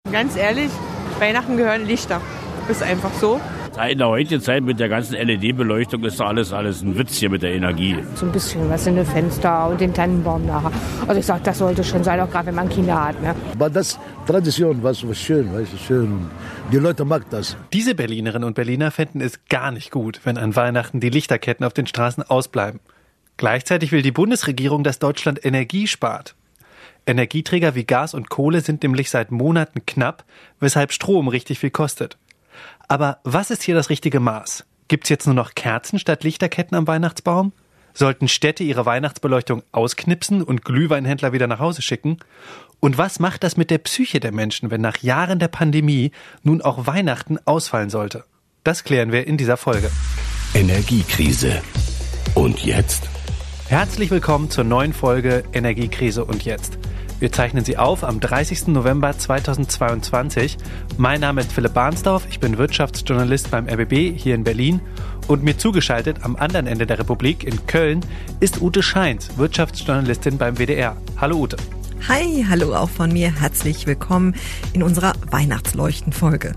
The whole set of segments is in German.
Ganz ehrlich, Weihnachten gehören Lichter. Ist einfach so. In der heutigen Zeit mit der ganzen LED-Beleuchtung ist doch alles ein Witz hier mit der Energie. So ein bisschen was in den Fenster und den Tannenbaum nachher. Also ich sage, das sollte schon sein, auch gerade wenn man Kinder hat. Ne? Aber das Tradition war so schön, weißt du, schön. Die Leute mag das. Diese Berlinerinnen und Berliner fänden es gar nicht gut, wenn an Weihnachten die Lichterketten auf den Straßen ausbleiben. Gleichzeitig will die Bundesregierung, dass Deutschland Energie spart. Energieträger wie Gas und Kohle sind nämlich seit Monaten knapp, weshalb Strom richtig viel kostet. Aber was ist hier das richtige Maß? Gibt's jetzt nur noch Kerzen statt Lichterketten am Weihnachtsbaum? Sollten Städte ihre Weihnachtsbeleuchtung ausknipsen und Glühweinhändler wieder nach Hause schicken? Und was macht das mit der Psyche der Menschen, wenn nach Jahren der Pandemie nun auch Weihnachten ausfallen sollte? Das klären wir in dieser Folge. Energiekrise. Und jetzt? Herzlich willkommen zur neuen Folge Energiekrise und jetzt. Wir zeichnen sie auf am 30. November 2022. Mein Name ist Philipp Barnsdorf, ich bin Wirtschaftsjournalist beim RBB hier in Berlin und mir zugeschaltet am anderen Ende der Republik in Köln ist Ute Scheins, Wirtschaftsjournalistin beim WDR. Hallo Ute. Hi, hallo auch von mir. Herzlich willkommen in unserer Weihnachtsleuchten-Folge.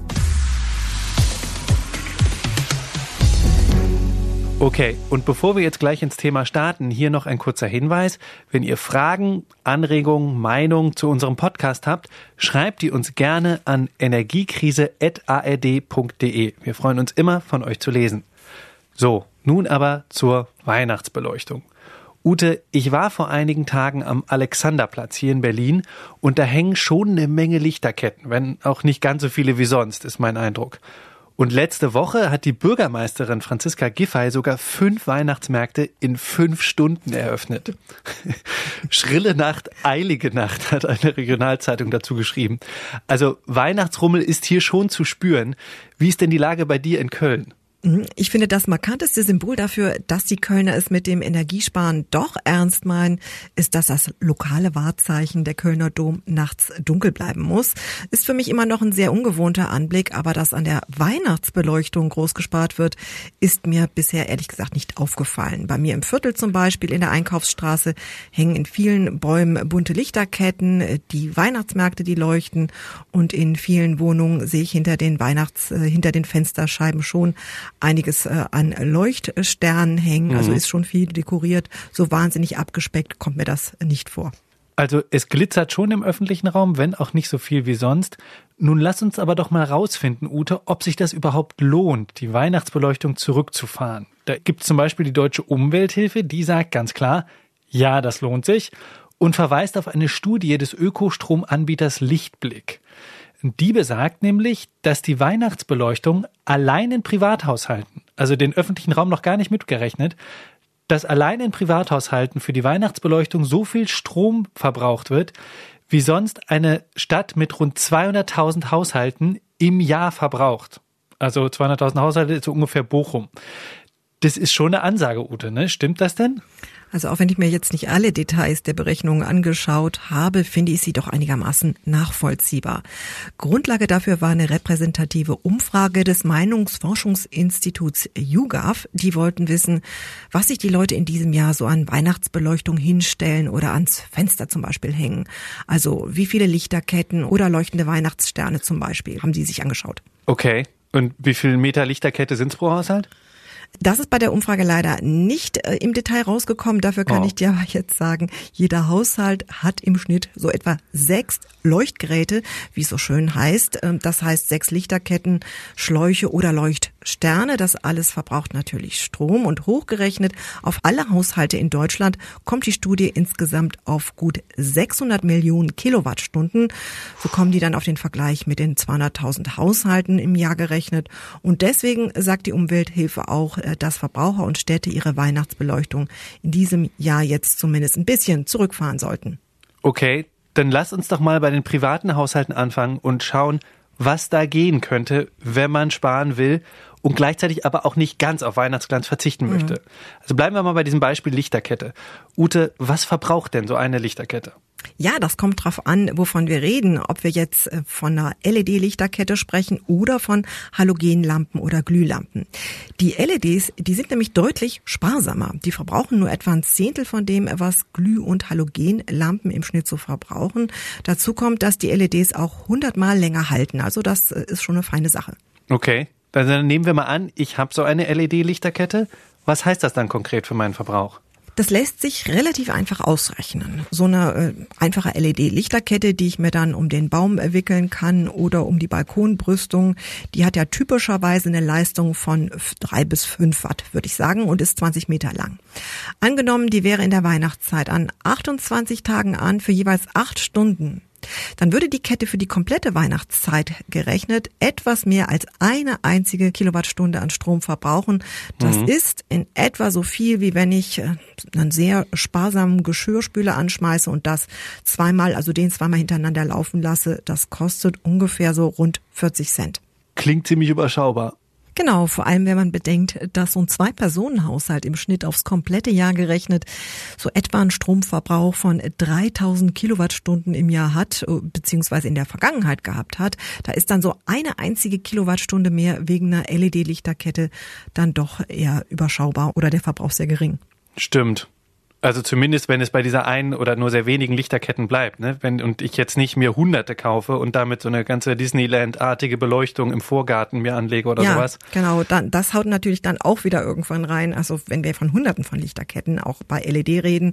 Okay, und bevor wir jetzt gleich ins Thema starten, hier noch ein kurzer Hinweis. Wenn ihr Fragen, Anregungen, Meinungen zu unserem Podcast habt, schreibt die uns gerne an energiekrise@ard.de. Wir freuen uns immer, von euch zu lesen. So, nun aber zur Weihnachtsbeleuchtung. Ute, ich war vor einigen Tagen am Alexanderplatz hier in Berlin und da hängen schon eine Menge Lichterketten, wenn auch nicht ganz so viele wie sonst, ist mein Eindruck. Und letzte Woche hat die Bürgermeisterin Franziska Giffey sogar 5 Weihnachtsmärkte in 5 Stunden eröffnet. Schrille Nacht, eilige Nacht, hat eine Regionalzeitung dazu geschrieben. Also Weihnachtsrummel ist hier schon zu spüren. Wie ist denn die Lage bei dir in Köln? Ich finde, das markanteste Symbol dafür, dass die Kölner es mit dem Energiesparen doch ernst meinen, ist, dass das lokale Wahrzeichen, der Kölner Dom, nachts dunkel bleiben muss. Ist für mich immer noch ein sehr ungewohnter Anblick, aber dass an der Weihnachtsbeleuchtung groß gespart wird, ist mir bisher ehrlich gesagt nicht aufgefallen. Bei mir im Viertel zum Beispiel in der Einkaufsstraße hängen in vielen Bäumen bunte Lichterketten, die Weihnachtsmärkte, die leuchten und in vielen Wohnungen sehe ich hinter den Fensterscheiben schon einiges an Leuchtsternen hängen, also ist schon viel dekoriert. So wahnsinnig abgespeckt kommt mir das nicht vor. Also es glitzert schon im öffentlichen Raum, wenn auch nicht so viel wie sonst. Nun lass uns aber doch mal rausfinden, Ute, ob sich das überhaupt lohnt, die Weihnachtsbeleuchtung zurückzufahren. Da gibt es zum Beispiel die Deutsche Umwelthilfe, die sagt ganz klar, ja, das lohnt sich und verweist auf eine Studie des Ökostromanbieters Lichtblick. Die besagt nämlich, dass die Weihnachtsbeleuchtung allein in Privathaushalten, also den öffentlichen Raum noch gar nicht mitgerechnet, dass allein in Privathaushalten für die Weihnachtsbeleuchtung so viel Strom verbraucht wird, wie sonst eine Stadt mit rund 200.000 Haushalten im Jahr verbraucht. Also 200.000 Haushalte ist so ungefähr Bochum. Das ist schon eine Ansage, Ute, ne? Stimmt das denn? Also auch wenn ich mir jetzt nicht alle Details der Berechnungen angeschaut habe, finde ich sie doch einigermaßen nachvollziehbar. Grundlage dafür war eine repräsentative Umfrage des Meinungsforschungsinstituts YouGov. Die wollten wissen, was sich die Leute in diesem Jahr so an Weihnachtsbeleuchtung hinstellen oder ans Fenster zum Beispiel hängen. Also wie viele Lichterketten oder leuchtende Weihnachtssterne zum Beispiel haben sie sich angeschaut. Okay, und wie viel Meter Lichterkette sind es pro Haushalt? Das ist bei der Umfrage leider nicht im Detail rausgekommen. Dafür kann ich dir aber jetzt sagen, jeder Haushalt hat im Schnitt so etwa 6 Leuchtgeräte, wie es so schön heißt. Das heißt 6 Lichterketten, Schläuche oder Leuchtsterne. Das alles verbraucht natürlich Strom und hochgerechnet auf alle Haushalte in Deutschland kommt die Studie insgesamt auf gut 600 Millionen Kilowattstunden. So kommen die dann auf den Vergleich mit den 200.000 Haushalten im Jahr gerechnet. Und deswegen sagt die Umwelthilfe auch, dass Verbraucher und Städte ihre Weihnachtsbeleuchtung in diesem Jahr jetzt zumindest ein bisschen zurückfahren sollten. Okay, dann lass uns doch mal bei den privaten Haushalten anfangen und schauen, was da gehen könnte, wenn man sparen will und gleichzeitig aber auch nicht ganz auf Weihnachtsglanz verzichten möchte. Also bleiben wir mal bei diesem Beispiel Lichterkette. Ute, was verbraucht denn so eine Lichterkette? Ja, das kommt drauf an, wovon wir reden. Ob wir jetzt von einer LED-Lichterkette sprechen oder von Halogenlampen oder Glühlampen. Die LEDs, die sind nämlich deutlich sparsamer. Die verbrauchen nur etwa ein Zehntel von dem, was Glüh- und Halogenlampen im Schnitt so verbrauchen. Dazu kommt, dass die LEDs auch 100-mal länger halten. Also das ist schon eine feine Sache. Okay, dann nehmen wir mal an, ich habe so eine LED-Lichterkette. Was heißt das dann konkret für meinen Verbrauch? Das lässt sich relativ einfach ausrechnen. So eine einfache LED-Lichterkette, die ich mir dann um den Baum wickeln kann oder um die Balkonbrüstung, die hat ja typischerweise eine Leistung von 3 bis 5 Watt, würde ich sagen, und ist 20 Meter lang. Angenommen, die wäre in der Weihnachtszeit an 28 Tagen an für jeweils 8 Stunden. Dann würde die Kette für die komplette Weihnachtszeit gerechnet etwas mehr als eine einzige Kilowattstunde an Strom verbrauchen. Das ist in etwa so viel, wie wenn ich einen sehr sparsamen Geschirrspüler anschmeiße und das zweimal hintereinander laufen lasse. Das kostet ungefähr so rund 40 Cent. Klingt ziemlich überschaubar. Genau, vor allem wenn man bedenkt, dass so ein 2-Personen-Haushalt im Schnitt aufs komplette Jahr gerechnet so etwa einen Stromverbrauch von 3000 Kilowattstunden im Jahr hat, beziehungsweise in der Vergangenheit gehabt hat. Da ist dann so eine einzige Kilowattstunde mehr wegen einer LED-Lichterkette dann doch eher überschaubar oder der Verbrauch sehr gering. Stimmt. Also zumindest, wenn es bei dieser einen oder nur sehr wenigen Lichterketten bleibt, ne? Und ich jetzt nicht mir Hunderte kaufe und damit so eine ganze Disneyland-artige Beleuchtung im Vorgarten mir anlege oder sowas. Ja, genau. Das haut natürlich dann auch wieder irgendwann rein. Also wenn wir von Hunderten von Lichterketten auch bei LED reden,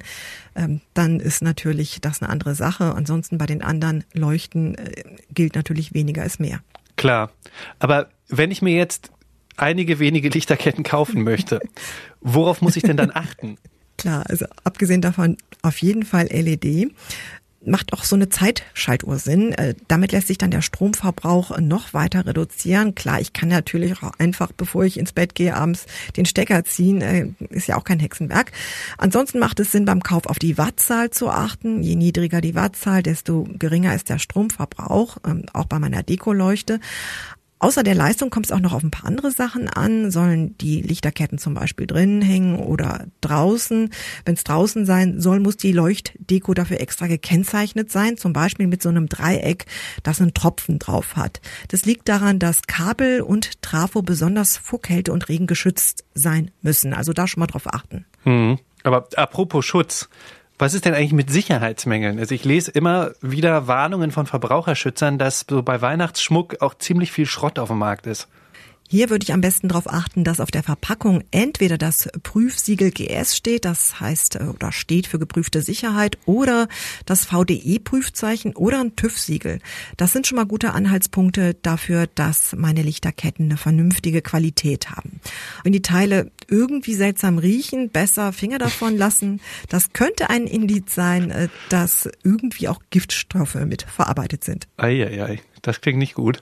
dann ist natürlich das eine andere Sache. Ansonsten bei den anderen Leuchten gilt natürlich weniger ist mehr. Klar. Aber wenn ich mir jetzt einige wenige Lichterketten kaufen möchte, worauf muss ich denn dann achten? Klar, also abgesehen davon auf jeden Fall LED. Macht auch so eine Zeitschaltuhr Sinn. Damit lässt sich dann der Stromverbrauch noch weiter reduzieren. Klar, ich kann natürlich auch einfach, bevor ich ins Bett gehe, abends den Stecker ziehen. Ist ja auch kein Hexenwerk. Ansonsten macht es Sinn, beim Kauf auf die Wattzahl zu achten. Je niedriger die Wattzahl, desto geringer ist der Stromverbrauch, auch bei meiner Dekoleuchte. Außer der Leistung kommt es auch noch auf ein paar andere Sachen an. Sollen die Lichterketten zum Beispiel drinnen hängen oder draußen? Wenn es draußen sein soll, muss die Leuchtdeko dafür extra gekennzeichnet sein. Zum Beispiel mit so einem Dreieck, das einen Tropfen drauf hat. Das liegt daran, dass Kabel und Trafo besonders vor Kälte und Regen geschützt sein müssen. Also da schon mal drauf achten. Aber apropos Schutz. Was ist denn eigentlich mit Sicherheitsmängeln? Also ich lese immer wieder Warnungen von Verbraucherschützern, dass so bei Weihnachtsschmuck auch ziemlich viel Schrott auf dem Markt ist. Hier würde ich am besten darauf achten, dass auf der Verpackung entweder das Prüfsiegel GS steht, das heißt oder steht für geprüfte Sicherheit, oder das VDE-Prüfzeichen oder ein TÜV-Siegel. Das sind schon mal gute Anhaltspunkte dafür, dass meine Lichterketten eine vernünftige Qualität haben. Wenn die Teile irgendwie seltsam riechen, besser Finger davon lassen. Das könnte ein Indiz sein, dass irgendwie auch Giftstoffe mit verarbeitet sind. Eieiei, das klingt nicht gut.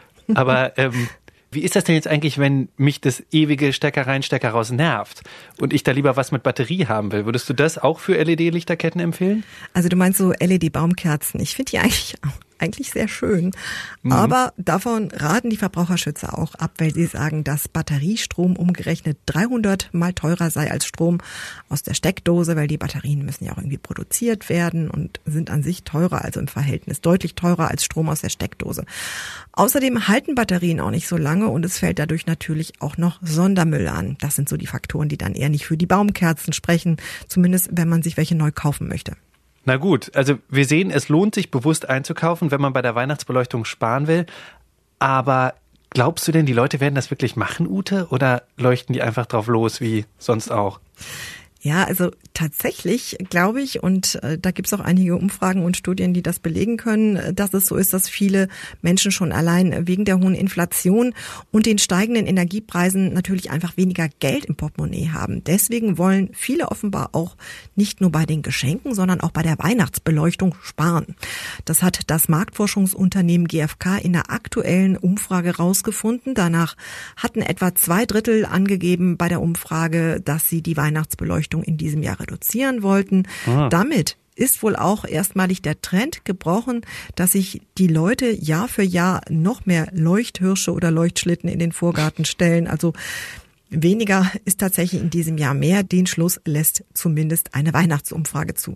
Aber wie ist das denn jetzt eigentlich, wenn mich das ewige Stecker rein, Stecker raus nervt und ich da lieber was mit Batterie haben will? Würdest du das auch für LED-Lichterketten empfehlen? Also du meinst so LED-Baumkerzen. Ich finde die eigentlich sehr schön. Aber davon raten die Verbraucherschützer auch ab, weil sie sagen, dass Batteriestrom umgerechnet 300 Mal teurer sei als Strom aus der Steckdose, weil die Batterien müssen ja auch irgendwie produziert werden und sind an sich teurer, also im Verhältnis deutlich teurer als Strom aus der Steckdose. Außerdem halten Batterien auch nicht so lange und es fällt dadurch natürlich auch noch Sondermüll an. Das sind so die Faktoren, die dann eher nicht für die Baumkerzen sprechen, zumindest wenn man sich welche neu kaufen möchte. Na gut, also wir sehen, es lohnt sich bewusst einzukaufen, wenn man bei der Weihnachtsbeleuchtung sparen will. Aber glaubst du denn, die Leute werden das wirklich machen, Ute? Oder leuchten die einfach drauf los, wie sonst auch? Ja, also tatsächlich glaube ich, und da gibt es auch einige Umfragen und Studien, die das belegen können, dass es so ist, dass viele Menschen schon allein wegen der hohen Inflation und den steigenden Energiepreisen natürlich einfach weniger Geld im Portemonnaie haben. Deswegen wollen viele offenbar auch nicht nur bei den Geschenken, sondern auch bei der Weihnachtsbeleuchtung sparen. Das hat das Marktforschungsunternehmen GfK in der aktuellen Umfrage rausgefunden. Danach hatten etwa 2/3 angegeben bei der Umfrage, dass sie die Weihnachtsbeleuchtung in diesem Jahr reduzieren wollten. Damit ist wohl auch erstmalig der Trend gebrochen, dass sich die Leute Jahr für Jahr noch mehr Leuchthirsche oder Leuchtschlitten in den Vorgarten stellen. Also weniger ist tatsächlich in diesem Jahr mehr. Den Schluss lässt zumindest eine Weihnachtsumfrage zu.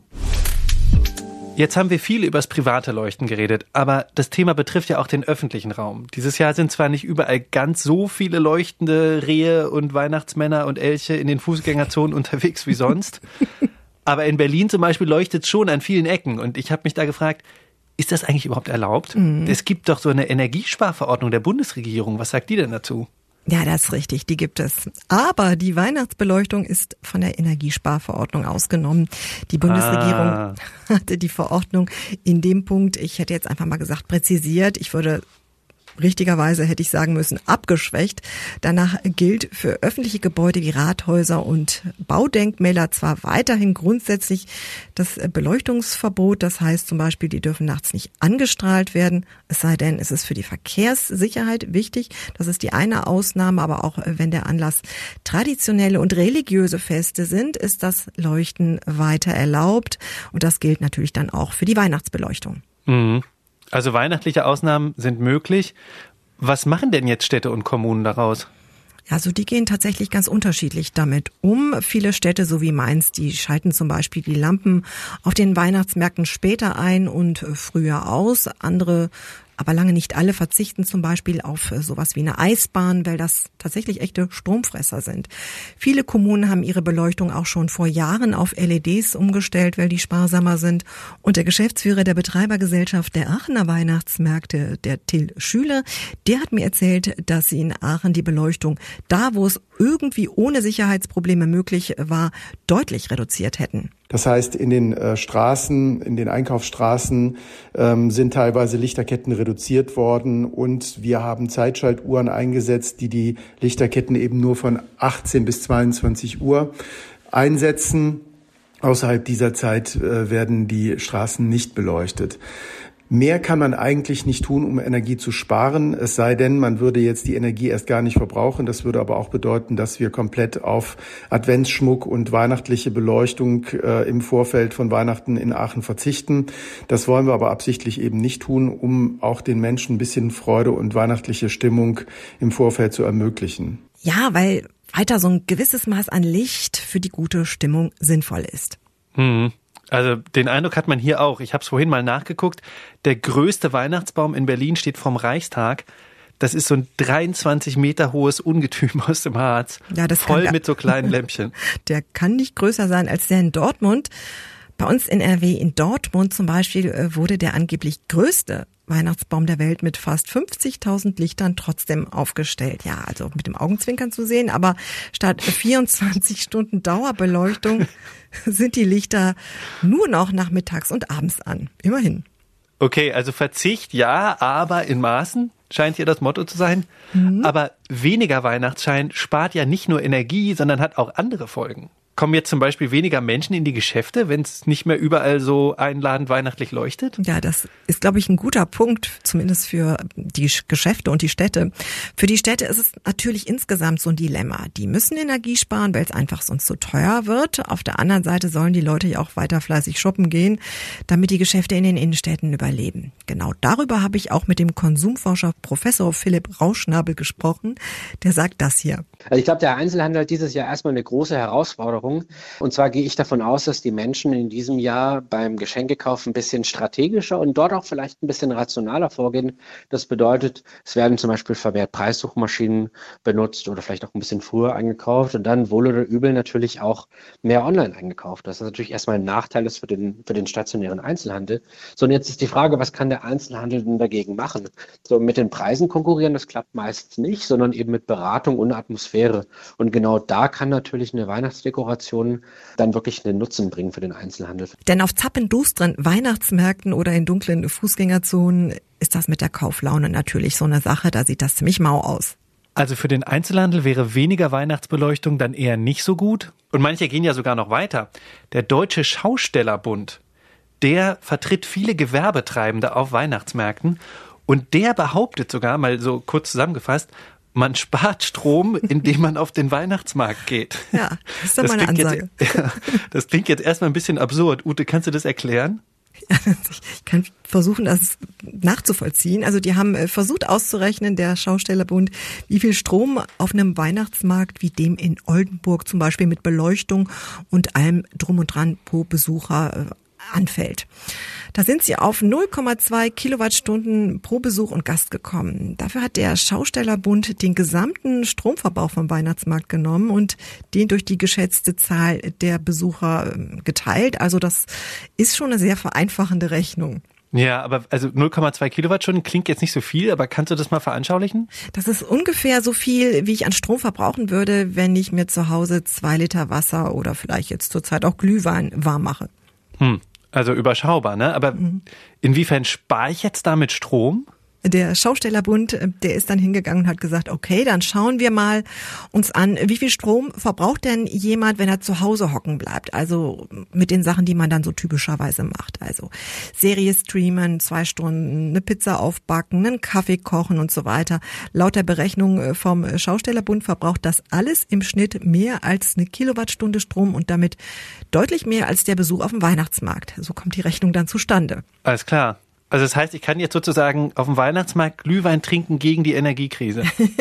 Jetzt haben wir viel übers private Leuchten geredet, aber das Thema betrifft ja auch den öffentlichen Raum. Dieses Jahr sind zwar nicht überall ganz so viele leuchtende Rehe und Weihnachtsmänner und Elche in den Fußgängerzonen unterwegs wie sonst, aber in Berlin zum Beispiel leuchtet es schon an vielen Ecken und ich habe mich da gefragt, ist das eigentlich überhaupt erlaubt? Es gibt doch so eine Energiesparverordnung der Bundesregierung. Was sagt die denn dazu? Ja, das ist richtig, die gibt es. Aber die Weihnachtsbeleuchtung ist von der Energiesparverordnung ausgenommen. Die Bundesregierung hatte die Verordnung in dem Punkt, ich hätte jetzt einfach mal gesagt, präzisiert. Richtigerweise hätte ich sagen müssen, abgeschwächt. Danach gilt für öffentliche Gebäude wie Rathäuser und Baudenkmäler zwar weiterhin grundsätzlich das Beleuchtungsverbot. Das heißt zum Beispiel, die dürfen nachts nicht angestrahlt werden. Es sei denn, es ist für die Verkehrssicherheit wichtig. Das ist die eine Ausnahme. Aber auch wenn der Anlass traditionelle und religiöse Feste sind, ist das Leuchten weiter erlaubt. Und das gilt natürlich dann auch für die Weihnachtsbeleuchtung. Mhm. Also weihnachtliche Ausnahmen sind möglich. Was machen denn jetzt Städte und Kommunen daraus? Ja, also die gehen tatsächlich ganz unterschiedlich damit um. Viele Städte, so wie Mainz, die schalten zum Beispiel die Lampen auf den Weihnachtsmärkten später ein und früher aus. Andere, aber lange nicht alle, verzichten zum Beispiel auf sowas wie eine Eisbahn, weil das tatsächlich echte Stromfresser sind. Viele Kommunen haben ihre Beleuchtung auch schon vor Jahren auf LEDs umgestellt, weil die sparsamer sind. Und der Geschäftsführer der Betreibergesellschaft der Aachener Weihnachtsmärkte, der Till Schüler, der hat mir erzählt, dass sie in Aachen die Beleuchtung da, wo es irgendwie ohne Sicherheitsprobleme möglich war, deutlich reduziert hätten. Das heißt, in den Straßen, in den Einkaufsstraßen sind teilweise Lichterketten reduziert worden und wir haben Zeitschaltuhren eingesetzt, die Lichterketten eben nur von 18 bis 22 Uhr einsetzen. Außerhalb dieser Zeit werden die Straßen nicht beleuchtet. Mehr kann man eigentlich nicht tun, um Energie zu sparen, es sei denn, man würde jetzt die Energie erst gar nicht verbrauchen. Das würde aber auch bedeuten, dass wir komplett auf Adventsschmuck und weihnachtliche Beleuchtung im Vorfeld von Weihnachten in Aachen verzichten. Das wollen wir aber absichtlich eben nicht tun, um auch den Menschen ein bisschen Freude und weihnachtliche Stimmung im Vorfeld zu ermöglichen. Ja, weil weiter so ein gewisses Maß an Licht für die gute Stimmung sinnvoll ist. Also den Eindruck hat man hier auch. Ich habe es vorhin mal nachgeguckt. Der größte Weihnachtsbaum in Berlin steht vorm Reichstag. Das ist so ein 23 Meter hohes Ungetüm aus dem Harz. Ja, das voll mit so kleinen Lämpchen. Der kann nicht größer sein als der in Dortmund. Bei uns in NRW in Dortmund zum Beispiel wurde der angeblich größte Weihnachtsbaum der Welt mit fast 50.000 Lichtern trotzdem aufgestellt. Ja, also mit dem Augenzwinkern zu sehen, aber statt 24 Stunden Dauerbeleuchtung sind die Lichter nur noch nachmittags und abends an. Immerhin. Okay, also Verzicht ja, aber in Maßen, scheint hier das Motto zu sein. Aber weniger Weihnachtsschein spart ja nicht nur Energie, sondern hat auch andere Folgen. Kommen jetzt zum Beispiel weniger Menschen in die Geschäfte, wenn es nicht mehr überall so einladend weihnachtlich leuchtet? Ja, das ist, glaube ich, ein guter Punkt, zumindest für die Geschäfte und die Städte. Für die Städte ist es natürlich insgesamt so ein Dilemma. Die müssen Energie sparen, weil es einfach sonst so teuer wird. Auf der anderen Seite sollen die Leute ja auch weiter fleißig shoppen gehen, damit die Geschäfte in den Innenstädten überleben. Genau darüber habe ich auch mit dem Konsumforscher Professor Philipp Rauschnabel gesprochen. Der sagt das hier. Also ich glaube, der Einzelhandel hat dieses Jahr erstmal eine große Herausforderung. Und zwar gehe ich davon aus, dass die Menschen in diesem Jahr beim Geschenkekauf ein bisschen strategischer und dort auch vielleicht ein bisschen rationaler vorgehen. Das bedeutet, es werden zum Beispiel vermehrt Preissuchmaschinen benutzt oder vielleicht auch ein bisschen früher eingekauft und dann wohl oder übel natürlich auch mehr online eingekauft. Das ist natürlich erstmal ein Nachteil ist für den stationären Einzelhandel. So, und jetzt ist die Frage, was kann der Einzelhandel denn dagegen machen? So, mit den Preisen konkurrieren, das klappt meistens nicht, sondern eben mit Beratung und Atmosphäre. Und genau da kann natürlich eine Weihnachtsdekoration dann wirklich einen Nutzen bringen für den Einzelhandel. Denn auf zappendustren Weihnachtsmärkten oder in dunklen Fußgängerzonen ist das mit der Kauflaune natürlich so eine Sache, da sieht das ziemlich mau aus. Also für den Einzelhandel wäre weniger Weihnachtsbeleuchtung dann eher nicht so gut? Und manche gehen ja sogar noch weiter. Der Deutsche Schaustellerbund, der vertritt viele Gewerbetreibende auf Weihnachtsmärkten und der behauptet sogar, mal so kurz zusammengefasst, Man spart Strom, indem man auf den Weihnachtsmarkt geht. Ja, das ist doch mal eine Ansage. Das klingt jetzt erstmal ein bisschen absurd. Ute, kannst du das erklären? Ich kann versuchen, das nachzuvollziehen. Also die haben versucht auszurechnen, der Schaustellerbund, wie viel Strom auf einem Weihnachtsmarkt wie dem in Oldenburg zum Beispiel mit Beleuchtung und allem drum und dran pro Besucher anfällt. Da sind sie auf 0,2 Kilowattstunden pro Besuch und Gast gekommen. Dafür hat der Schaustellerbund den gesamten Stromverbrauch vom Weihnachtsmarkt genommen und den durch die geschätzte Zahl der Besucher geteilt. Also das ist schon eine sehr vereinfachende Rechnung. Ja, aber also 0,2 Kilowattstunden klingt jetzt nicht so viel, aber kannst du das mal veranschaulichen? Das ist ungefähr so viel, wie ich an Strom verbrauchen würde, wenn ich mir zu Hause 2 Liter Wasser oder vielleicht jetzt zurzeit auch Glühwein warm mache. Also überschaubar, ne? Aber inwiefern spare ich jetzt damit Strom? Der Schaustellerbund, der ist dann hingegangen und hat gesagt, okay, dann schauen wir mal uns an, wie viel Strom verbraucht denn jemand, wenn er zu Hause hocken bleibt? Also mit den Sachen, die man dann so typischerweise macht. Also Serie streamen, 2 Stunden, eine Pizza aufbacken, einen Kaffee kochen und so weiter. Laut der Berechnung vom Schaustellerbund verbraucht das alles im Schnitt mehr als 1 Kilowattstunde Strom und damit deutlich mehr als der Besuch auf dem Weihnachtsmarkt. So kommt die Rechnung dann zustande. Alles klar. Also das heißt, ich kann jetzt sozusagen auf dem Weihnachtsmarkt Glühwein trinken gegen die Energiekrise.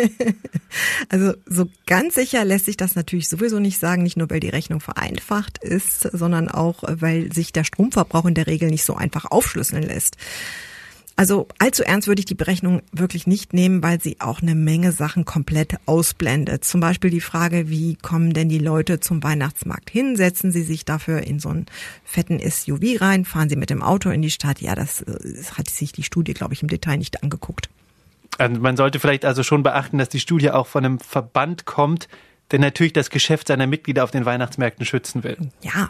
Also so ganz sicher lässt sich das natürlich sowieso nicht sagen, nicht nur weil die Rechnung vereinfacht ist, sondern auch weil sich der Stromverbrauch in der Regel nicht so einfach aufschlüsseln lässt. Also allzu ernst würde ich die Berechnung wirklich nicht nehmen, weil sie auch eine Menge Sachen komplett ausblendet. Zum Beispiel die Frage, wie kommen denn die Leute zum Weihnachtsmarkt hin? Setzen sie sich dafür in so einen fetten SUV rein? Fahren sie mit dem Auto in die Stadt? Ja, das hat sich die Studie, glaube ich, im Detail nicht angeguckt. Also man sollte vielleicht also schon beachten, dass die Studie auch von einem Verband kommt, der natürlich das Geschäft seiner Mitglieder auf den Weihnachtsmärkten schützen will. Ja.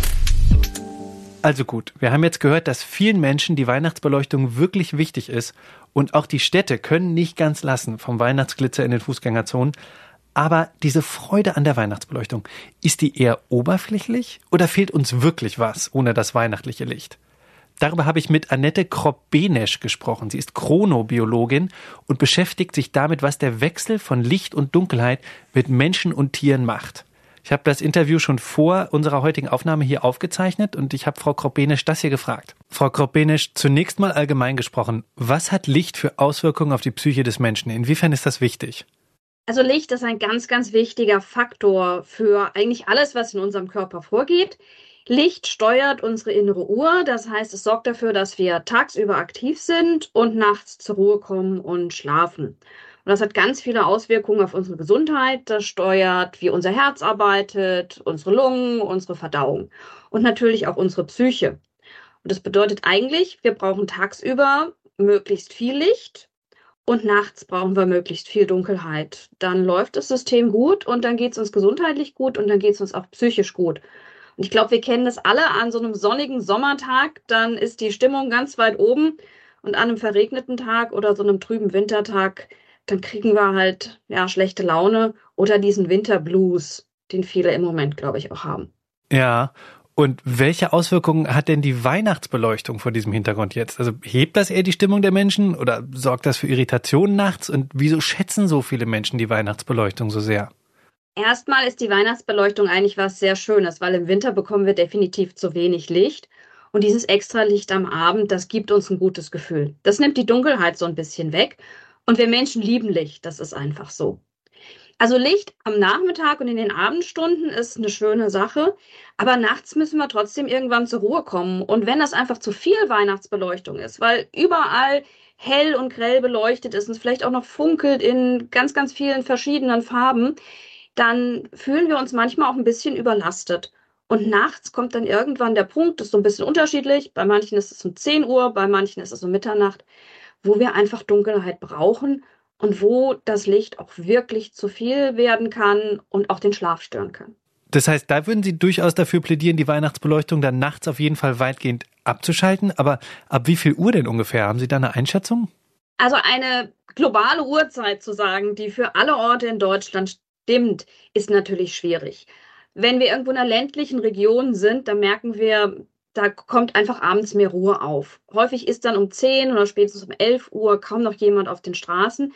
Also gut, wir haben jetzt gehört, dass vielen Menschen die Weihnachtsbeleuchtung wirklich wichtig ist und auch die Städte können nicht ganz lassen vom Weihnachtsglitzer in den Fußgängerzonen. Aber diese Freude an der Weihnachtsbeleuchtung, ist die eher oberflächlich oder fehlt uns wirklich was ohne das weihnachtliche Licht? Darüber habe ich mit Annette Kropp-Benesch gesprochen. Sie ist Chronobiologin und beschäftigt sich damit, was der Wechsel von Licht und Dunkelheit mit Menschen und Tieren macht. Ich habe das Interview schon vor unserer heutigen Aufnahme hier aufgezeichnet und ich habe Frau Kropp-Benesch das hier gefragt. Frau Kropp-Benesch, zunächst mal allgemein gesprochen, was hat Licht für Auswirkungen auf die Psyche des Menschen? Inwiefern ist das wichtig? Also Licht ist ein ganz, ganz wichtiger Faktor für eigentlich alles, was in unserem Körper vorgeht. Licht steuert unsere innere Uhr, das heißt, es sorgt dafür, dass wir tagsüber aktiv sind und nachts zur Ruhe kommen und schlafen. Und das hat ganz viele Auswirkungen auf unsere Gesundheit. Das steuert, wie unser Herz arbeitet, unsere Lungen, unsere Verdauung und natürlich auch unsere Psyche. Und das bedeutet eigentlich, wir brauchen tagsüber möglichst viel Licht und nachts brauchen wir möglichst viel Dunkelheit. Dann läuft das System gut und dann geht es uns gesundheitlich gut und dann geht es uns auch psychisch gut. Und ich glaube, wir kennen das alle an so einem sonnigen Sommertag, dann ist die Stimmung ganz weit oben und an einem verregneten Tag oder so einem trüben Wintertag dann kriegen wir halt schlechte Laune oder diesen Winterblues, den viele im Moment, glaube ich, auch haben. Ja, und welche Auswirkungen hat denn die Weihnachtsbeleuchtung vor diesem Hintergrund jetzt? Also hebt das eher die Stimmung der Menschen oder sorgt das für Irritationen nachts? Und wieso schätzen so viele Menschen die Weihnachtsbeleuchtung so sehr? Erstmal ist die Weihnachtsbeleuchtung eigentlich was sehr Schönes, weil im Winter bekommen wir definitiv zu wenig Licht. Und dieses Extralicht am Abend, das gibt uns ein gutes Gefühl. Das nimmt die Dunkelheit so ein bisschen weg. Und wir Menschen lieben Licht, das ist einfach so. Also Licht am Nachmittag und in den Abendstunden ist eine schöne Sache, aber nachts müssen wir trotzdem irgendwann zur Ruhe kommen. Und wenn das einfach zu viel Weihnachtsbeleuchtung ist, weil überall hell und grell beleuchtet ist und es vielleicht auch noch funkelt in ganz, ganz vielen verschiedenen Farben, dann fühlen wir uns manchmal auch ein bisschen überlastet. Und nachts kommt dann irgendwann der Punkt, das ist so ein bisschen unterschiedlich, bei manchen ist es um 10 Uhr, bei manchen ist es um Mitternacht, wo wir einfach Dunkelheit brauchen und wo das Licht auch wirklich zu viel werden kann und auch den Schlaf stören kann. Das heißt, da würden Sie durchaus dafür plädieren, die Weihnachtsbeleuchtung dann nachts auf jeden Fall weitgehend abzuschalten. Aber ab wie viel Uhr denn ungefähr? Haben Sie da eine Einschätzung? Also eine globale Uhrzeit zu sagen, die für alle Orte in Deutschland stimmt, ist natürlich schwierig. Wenn wir irgendwo in einer ländlichen Region sind, dann merken wir, da kommt einfach abends mehr Ruhe auf. Häufig ist dann um 10 oder spätestens um 11 Uhr kaum noch jemand auf den Straßen.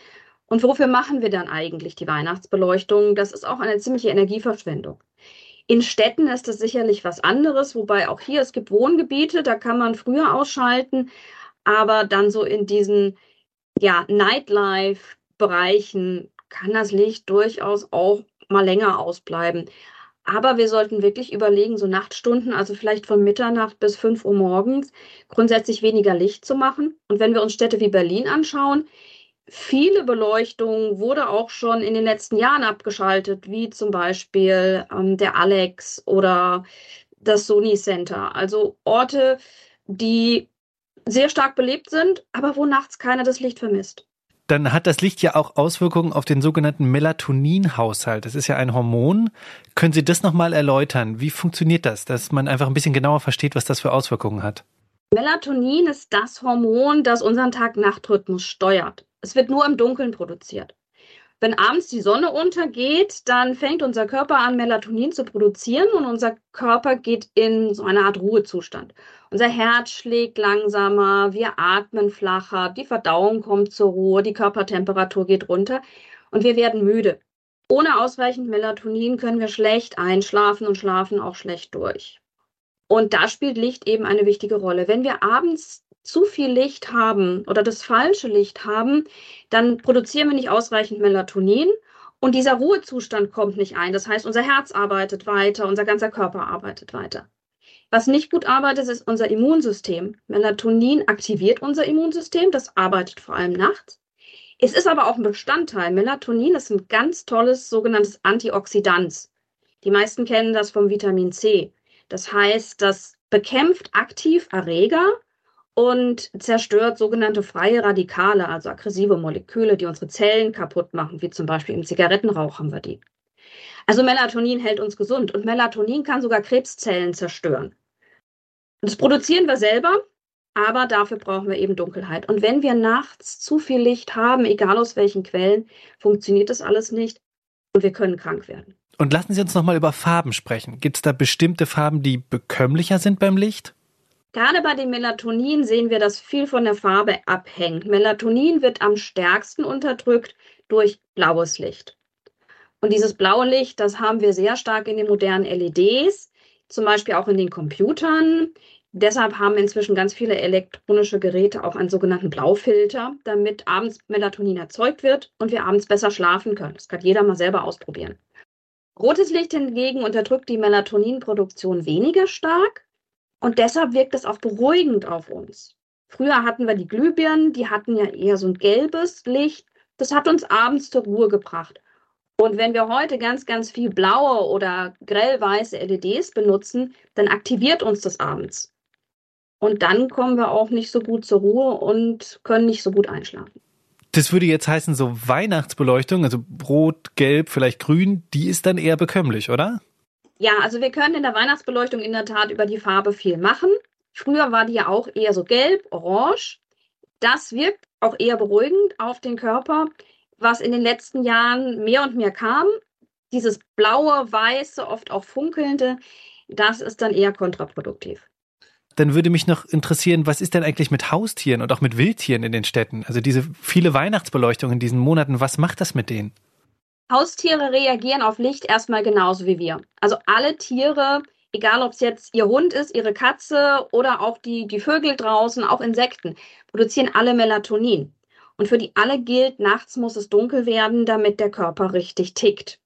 Und wofür machen wir dann eigentlich die Weihnachtsbeleuchtung? Das ist auch eine ziemliche Energieverschwendung. In Städten ist das sicherlich was anderes, wobei auch hier, es gibt Wohngebiete, da kann man früher ausschalten, aber dann so in diesen Nightlife-Bereichen kann das Licht durchaus auch mal länger ausbleiben. Aber wir sollten wirklich überlegen, so Nachtstunden, also vielleicht von Mitternacht bis 5 Uhr morgens, grundsätzlich weniger Licht zu machen. Und wenn wir uns Städte wie Berlin anschauen, viele Beleuchtung wurde auch schon in den letzten Jahren abgeschaltet, wie zum Beispiel der Alex oder das Sony Center. Also Orte, die sehr stark belebt sind, aber wo nachts keiner das Licht vermisst. Dann hat das Licht ja auch Auswirkungen auf den sogenannten Melatonin-Haushalt. Das ist ja ein Hormon. Können Sie das nochmal erläutern? Wie funktioniert das, dass man einfach ein bisschen genauer versteht, was das für Auswirkungen hat? Melatonin ist das Hormon, das unseren Tag-Nacht-Rhythmus steuert. Es wird nur im Dunkeln produziert. Wenn abends die Sonne untergeht, dann fängt unser Körper an, Melatonin zu produzieren und unser Körper geht in so eine Art Ruhezustand. Unser Herz schlägt langsamer, wir atmen flacher, die Verdauung kommt zur Ruhe, die Körpertemperatur geht runter und wir werden müde. Ohne ausreichend Melatonin können wir schlecht einschlafen und schlafen auch schlecht durch. Und da spielt Licht eben eine wichtige Rolle. Wenn wir abends zu viel Licht haben oder das falsche Licht haben, dann produzieren wir nicht ausreichend Melatonin und dieser Ruhezustand kommt nicht ein. Das heißt, unser Herz arbeitet weiter, unser ganzer Körper arbeitet weiter. Was nicht gut arbeitet, ist unser Immunsystem. Melatonin aktiviert unser Immunsystem, das arbeitet vor allem nachts. Es ist aber auch ein Bestandteil. Melatonin ist ein ganz tolles sogenanntes Antioxidant. Die meisten kennen das vom Vitamin C. Das heißt, das bekämpft aktiv Erreger und zerstört sogenannte freie Radikale, also aggressive Moleküle, die unsere Zellen kaputt machen, wie zum Beispiel im Zigarettenrauch haben wir die. Also Melatonin hält uns gesund und Melatonin kann sogar Krebszellen zerstören. Das produzieren wir selber, aber dafür brauchen wir eben Dunkelheit. Und wenn wir nachts zu viel Licht haben, egal aus welchen Quellen, funktioniert das alles nicht und wir können krank werden. Und lassen Sie uns nochmal über Farben sprechen. Gibt es da bestimmte Farben, die bekömmlicher sind beim Licht? Gerade bei dem Melatonin sehen wir, dass viel von der Farbe abhängt. Melatonin wird am stärksten unterdrückt durch blaues Licht. Und dieses blaue Licht, das haben wir sehr stark in den modernen LEDs, zum Beispiel auch in den Computern. Deshalb haben inzwischen ganz viele elektronische Geräte auch einen sogenannten Blaufilter, damit abends Melatonin erzeugt wird und wir abends besser schlafen können. Das kann jeder mal selber ausprobieren. Rotes Licht hingegen unterdrückt die Melatoninproduktion weniger stark. Und deshalb wirkt es auch beruhigend auf uns. Früher hatten wir die Glühbirnen, die hatten ja eher so ein gelbes Licht. Das hat uns abends zur Ruhe gebracht. Und wenn wir heute ganz, ganz viel blaue oder grellweiße LEDs benutzen, dann aktiviert uns das abends. Und dann kommen wir auch nicht so gut zur Ruhe und können nicht so gut einschlafen. Das würde jetzt heißen, so Weihnachtsbeleuchtung, also rot, gelb, vielleicht grün, die ist dann eher bekömmlich, oder? Ja, also wir können in der Weihnachtsbeleuchtung in der Tat über die Farbe viel machen. Früher war die ja auch eher so gelb, orange. Das wirkt auch eher beruhigend auf den Körper. Was in den letzten Jahren mehr und mehr kam, dieses blaue, weiße, oft auch funkelnde, das ist dann eher kontraproduktiv. Dann würde mich noch interessieren, was ist denn eigentlich mit Haustieren und auch mit Wildtieren in den Städten? Also diese viele Weihnachtsbeleuchtung in diesen Monaten, was macht das mit denen? Haustiere reagieren auf Licht erstmal genauso wie wir. Also alle Tiere, egal ob es jetzt ihr Hund ist, ihre Katze oder auch die Vögel draußen, auch Insekten, produzieren alle Melatonin. Und für die alle gilt, nachts muss es dunkel werden, damit der Körper richtig tickt.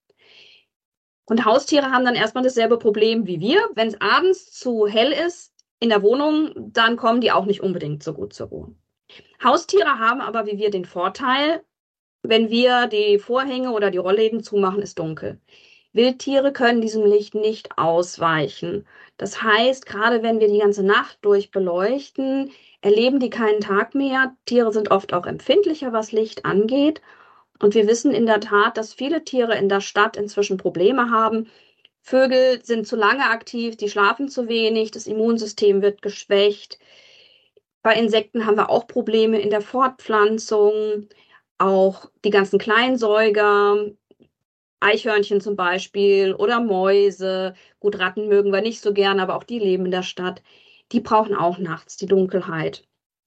Und Haustiere haben dann erstmal dasselbe Problem wie wir. Wenn es abends zu hell ist in der Wohnung, dann kommen die auch nicht unbedingt so gut zur Ruhe. Haustiere haben aber wie wir den Vorteil, wenn wir die Vorhänge oder die Rollläden zumachen, ist dunkel. Wildtiere können diesem Licht nicht ausweichen. Das heißt, gerade wenn wir die ganze Nacht durch beleuchten, erleben die keinen Tag mehr. Tiere sind oft auch empfindlicher, was Licht angeht. Und wir wissen in der Tat, dass viele Tiere in der Stadt inzwischen Probleme haben. Vögel sind zu lange aktiv, die schlafen zu wenig, das Immunsystem wird geschwächt. Bei Insekten haben wir auch Probleme in der Fortpflanzung. Auch die ganzen Kleinsäuger, Eichhörnchen zum Beispiel oder Mäuse, gut, Ratten mögen wir nicht so gern, aber auch die leben in der Stadt, die brauchen auch nachts die Dunkelheit.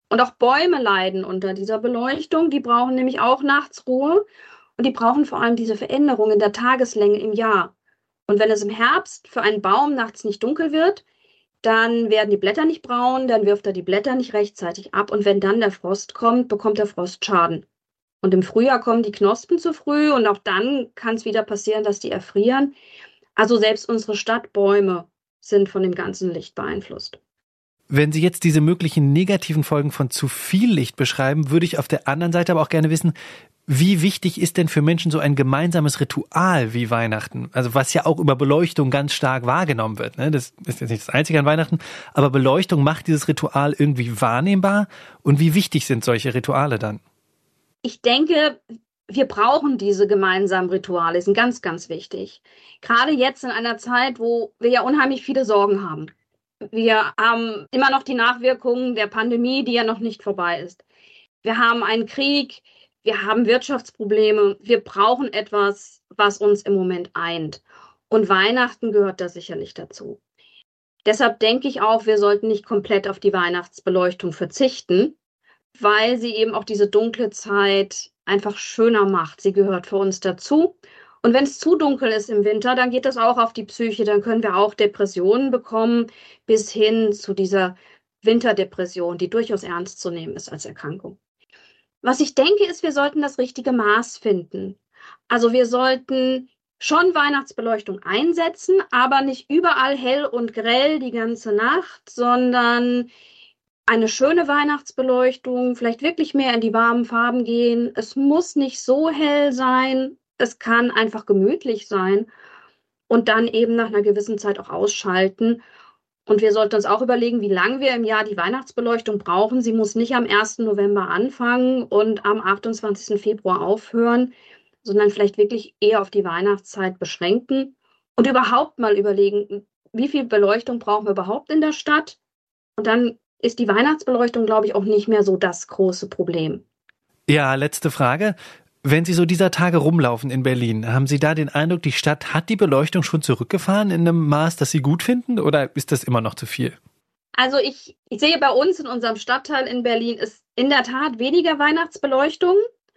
Und auch Bäume leiden unter dieser Beleuchtung. Die brauchen nämlich auch nachts Ruhe. Und die brauchen vor allem diese Veränderung in der Tageslänge im Jahr. Und wenn es im Herbst für einen Baum nachts nicht dunkel wird, dann werden die Blätter nicht braun, dann wirft er die Blätter nicht rechtzeitig ab. Und wenn dann der Frost kommt, bekommt der Frost Schaden. Und im Frühjahr kommen die Knospen zu früh und auch dann kann es wieder passieren, dass die erfrieren. Also selbst unsere Stadtbäume sind von dem ganzen Licht beeinflusst. Wenn Sie jetzt diese möglichen negativen Folgen von zu viel Licht beschreiben, würde ich auf der anderen Seite aber auch gerne wissen, wie wichtig ist denn für Menschen so ein gemeinsames Ritual wie Weihnachten? Also was ja auch über Beleuchtung ganz stark wahrgenommen wird. Ne? Das ist jetzt nicht das Einzige an Weihnachten, aber Beleuchtung macht dieses Ritual irgendwie wahrnehmbar. Und wie wichtig sind solche Rituale dann? Ich denke, wir brauchen diese gemeinsamen Rituale, die sind ganz, ganz wichtig. Gerade jetzt in einer Zeit, wo wir ja unheimlich viele Sorgen haben. Wir haben immer noch die Nachwirkungen der Pandemie, die ja noch nicht vorbei ist. Wir haben einen Krieg, wir haben Wirtschaftsprobleme. Wir brauchen etwas, was uns im Moment eint. Und Weihnachten gehört da sicherlich dazu. Deshalb denke ich auch, wir sollten nicht komplett auf die Weihnachtsbeleuchtung verzichten, weil sie eben auch diese dunkle Zeit einfach schöner macht. Sie gehört für uns dazu. Und wenn es zu dunkel ist im Winter, dann geht das auch auf die Psyche. Dann können wir auch Depressionen bekommen, bis hin zu dieser Winterdepression, die durchaus ernst zu nehmen ist als Erkrankung. Was ich denke, ist, wir sollten das richtige Maß finden. Also wir sollten schon Weihnachtsbeleuchtung einsetzen, aber nicht überall hell und grell die ganze Nacht, sondern eine schöne Weihnachtsbeleuchtung, vielleicht wirklich mehr in die warmen Farben gehen. Es muss nicht so hell sein, es kann einfach gemütlich sein und dann eben nach einer gewissen Zeit auch ausschalten. Und wir sollten uns auch überlegen, wie lange wir im Jahr die Weihnachtsbeleuchtung brauchen. Sie muss nicht am 1. November anfangen und am 28. Februar aufhören, sondern vielleicht wirklich eher auf die Weihnachtszeit beschränken und überhaupt mal überlegen, wie viel Beleuchtung brauchen wir überhaupt in der Stadt? Und dann ist die Weihnachtsbeleuchtung, glaube ich, auch nicht mehr so das große Problem. Ja, letzte Frage. Wenn Sie so dieser Tage rumlaufen in Berlin, haben Sie da den Eindruck, die Stadt hat die Beleuchtung schon zurückgefahren in einem Maß, das Sie gut finden, oder ist das immer noch zu viel? Also ich sehe bei uns in unserem Stadtteil in Berlin ist in der Tat weniger Weihnachtsbeleuchtung.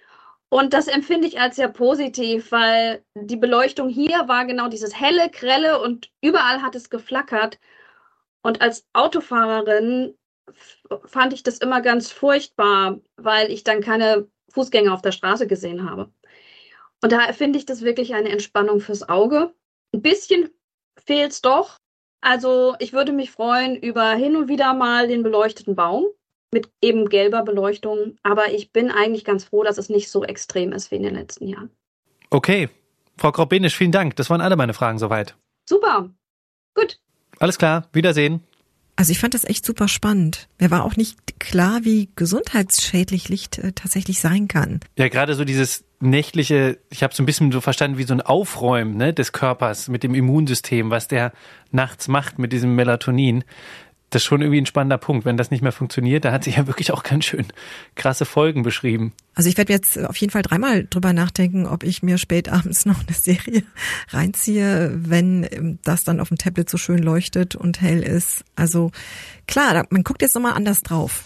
Und das empfinde ich als sehr positiv, weil die Beleuchtung hier war genau dieses helle, grelle und überall hat es geflackert. Und als Autofahrerin fand ich das immer ganz furchtbar, weil ich dann keine Fußgänger auf der Straße gesehen habe. Und da finde ich das wirklich eine Entspannung fürs Auge. Ein bisschen fehlt es doch. Also ich würde mich freuen über hin und wieder mal den beleuchteten Baum mit eben gelber Beleuchtung. Aber ich bin eigentlich ganz froh, dass es nicht so extrem ist wie in den letzten Jahren. Okay. Frau Kropp-Benisch, vielen Dank. Das waren alle meine Fragen soweit. Super. Gut. Alles klar. Wiedersehen. Also ich fand das echt super spannend. Mir war auch nicht klar, wie gesundheitsschädlich Licht tatsächlich sein kann. Ja, gerade so dieses nächtliche, ich habe es so ein bisschen so verstanden wie so ein Aufräumen, ne, des Körpers mit dem Immunsystem, was der nachts macht mit diesem Melatonin. Das ist schon irgendwie ein spannender Punkt. Wenn das nicht mehr funktioniert, da hat sich ja wirklich auch ganz schön krasse Folgen beschrieben. Also ich werde jetzt auf jeden Fall 3-mal drüber nachdenken, ob ich mir spät abends noch eine Serie reinziehe, wenn das dann auf dem Tablet so schön leuchtet und hell ist. Also klar, man guckt jetzt nochmal anders drauf.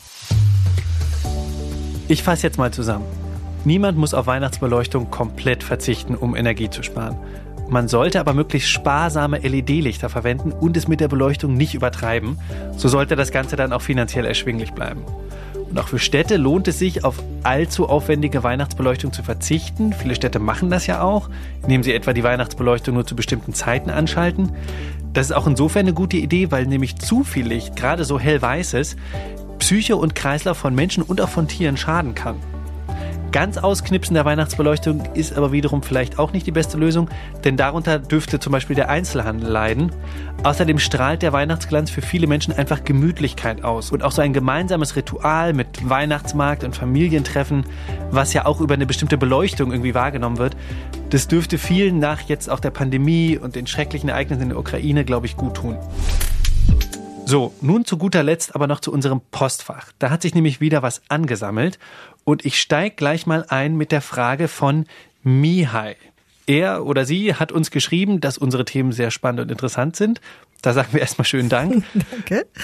Ich fasse jetzt mal zusammen. Niemand muss auf Weihnachtsbeleuchtung komplett verzichten, um Energie zu sparen. Man sollte aber möglichst sparsame LED-Lichter verwenden und es mit der Beleuchtung nicht übertreiben. So sollte das Ganze dann auch finanziell erschwinglich bleiben. Und auch für Städte lohnt es sich, auf allzu aufwendige Weihnachtsbeleuchtung zu verzichten. Viele Städte machen das ja auch, indem sie etwa die Weihnachtsbeleuchtung nur zu bestimmten Zeiten anschalten. Das ist auch insofern eine gute Idee, weil nämlich zu viel Licht, gerade so hellweißes, Psyche und Kreislauf von Menschen und auch von Tieren schaden kann. Ganz ausknipsen der Weihnachtsbeleuchtung ist aber wiederum vielleicht auch nicht die beste Lösung, denn darunter dürfte zum Beispiel der Einzelhandel leiden. Außerdem strahlt der Weihnachtsglanz für viele Menschen einfach Gemütlichkeit aus. Und auch so ein gemeinsames Ritual mit Weihnachtsmarkt und Familientreffen, was ja auch über eine bestimmte Beleuchtung irgendwie wahrgenommen wird, das dürfte vielen nach jetzt auch der Pandemie und den schrecklichen Ereignissen in der Ukraine, glaube ich, gut tun. So, nun zu guter Letzt aber noch zu unserem Postfach. Da hat sich nämlich wieder was angesammelt und ich steige gleich mal ein mit der Frage von Mihai. Er oder sie hat uns geschrieben, dass unsere Themen sehr spannend und interessant sind. Da sagen wir erstmal schönen Dank. Danke.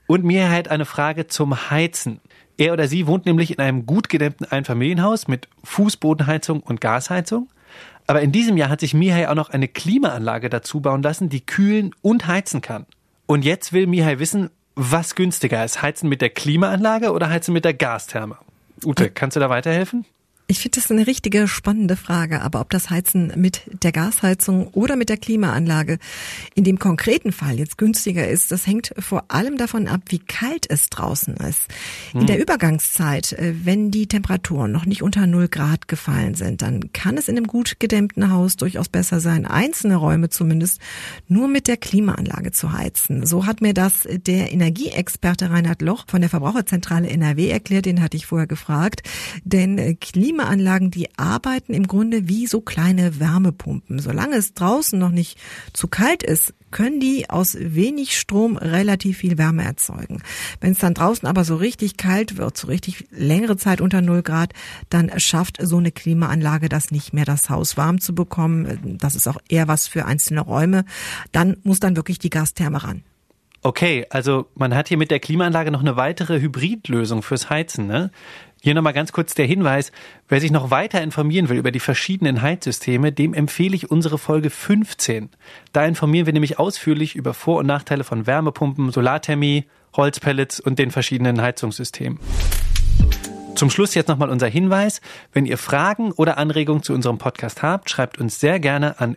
Und Mihai hat eine Frage zum Heizen. Er oder sie wohnt nämlich in einem gut gedämmten Einfamilienhaus mit Fußbodenheizung und Gasheizung. Aber in diesem Jahr hat sich Mihai auch noch eine Klimaanlage dazu bauen lassen, die kühlen und heizen kann. Und jetzt will Mihai wissen, was günstiger ist, heizen mit der Klimaanlage oder heizen mit der Gastherme? Ute, kannst du da weiterhelfen? Ich finde das eine richtige spannende Frage, aber ob das Heizen mit der Gasheizung oder mit der Klimaanlage in dem konkreten Fall jetzt günstiger ist, das hängt vor allem davon ab, wie kalt es draußen ist. In der Übergangszeit, wenn die Temperaturen noch nicht unter 0 Grad gefallen sind, dann kann es in einem gut gedämmten Haus durchaus besser sein, einzelne Räume zumindest nur mit der Klimaanlage zu heizen. So hat mir das der Energieexperte Reinhard Loch von der Verbraucherzentrale NRW erklärt, den hatte ich vorher gefragt, denn Klimaanlagen, die arbeiten im Grunde wie so kleine Wärmepumpen. Solange es draußen noch nicht zu kalt ist, können die aus wenig Strom relativ viel Wärme erzeugen. Wenn es dann draußen aber so richtig kalt wird, so richtig längere Zeit unter 0 Grad, dann schafft so eine Klimaanlage das nicht mehr, das Haus warm zu bekommen. Das ist auch eher was für einzelne Räume. Dann muss dann wirklich die Gastherme ran. Okay, also man hat hier mit der Klimaanlage noch eine weitere Hybridlösung fürs Heizen, ne? Hier nochmal ganz kurz der Hinweis, wer sich noch weiter informieren will über die verschiedenen Heizsysteme, dem empfehle ich unsere Folge 15. Da informieren wir nämlich ausführlich über Vor- und Nachteile von Wärmepumpen, Solarthermie, Holzpellets und den verschiedenen Heizungssystemen. Zum Schluss jetzt nochmal unser Hinweis. Wenn ihr Fragen oder Anregungen zu unserem Podcast habt, schreibt uns sehr gerne an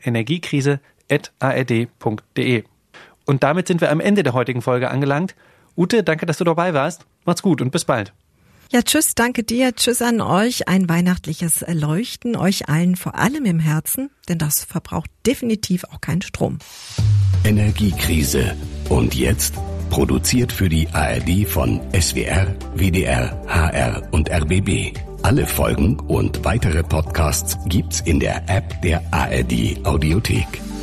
energiekrise@ard.de. Und damit sind wir am Ende der heutigen Folge angelangt. Ute, danke, dass du dabei warst. Macht's gut und bis bald. Ja, tschüss, danke dir, tschüss an euch, ein weihnachtliches Leuchten, euch allen vor allem im Herzen, denn das verbraucht definitiv auch keinen Strom. Energiekrise. Und jetzt? Produziert für die ARD von SWR, WDR, HR und RBB. Alle Folgen und weitere Podcasts gibt's in der App der ARD Audiothek.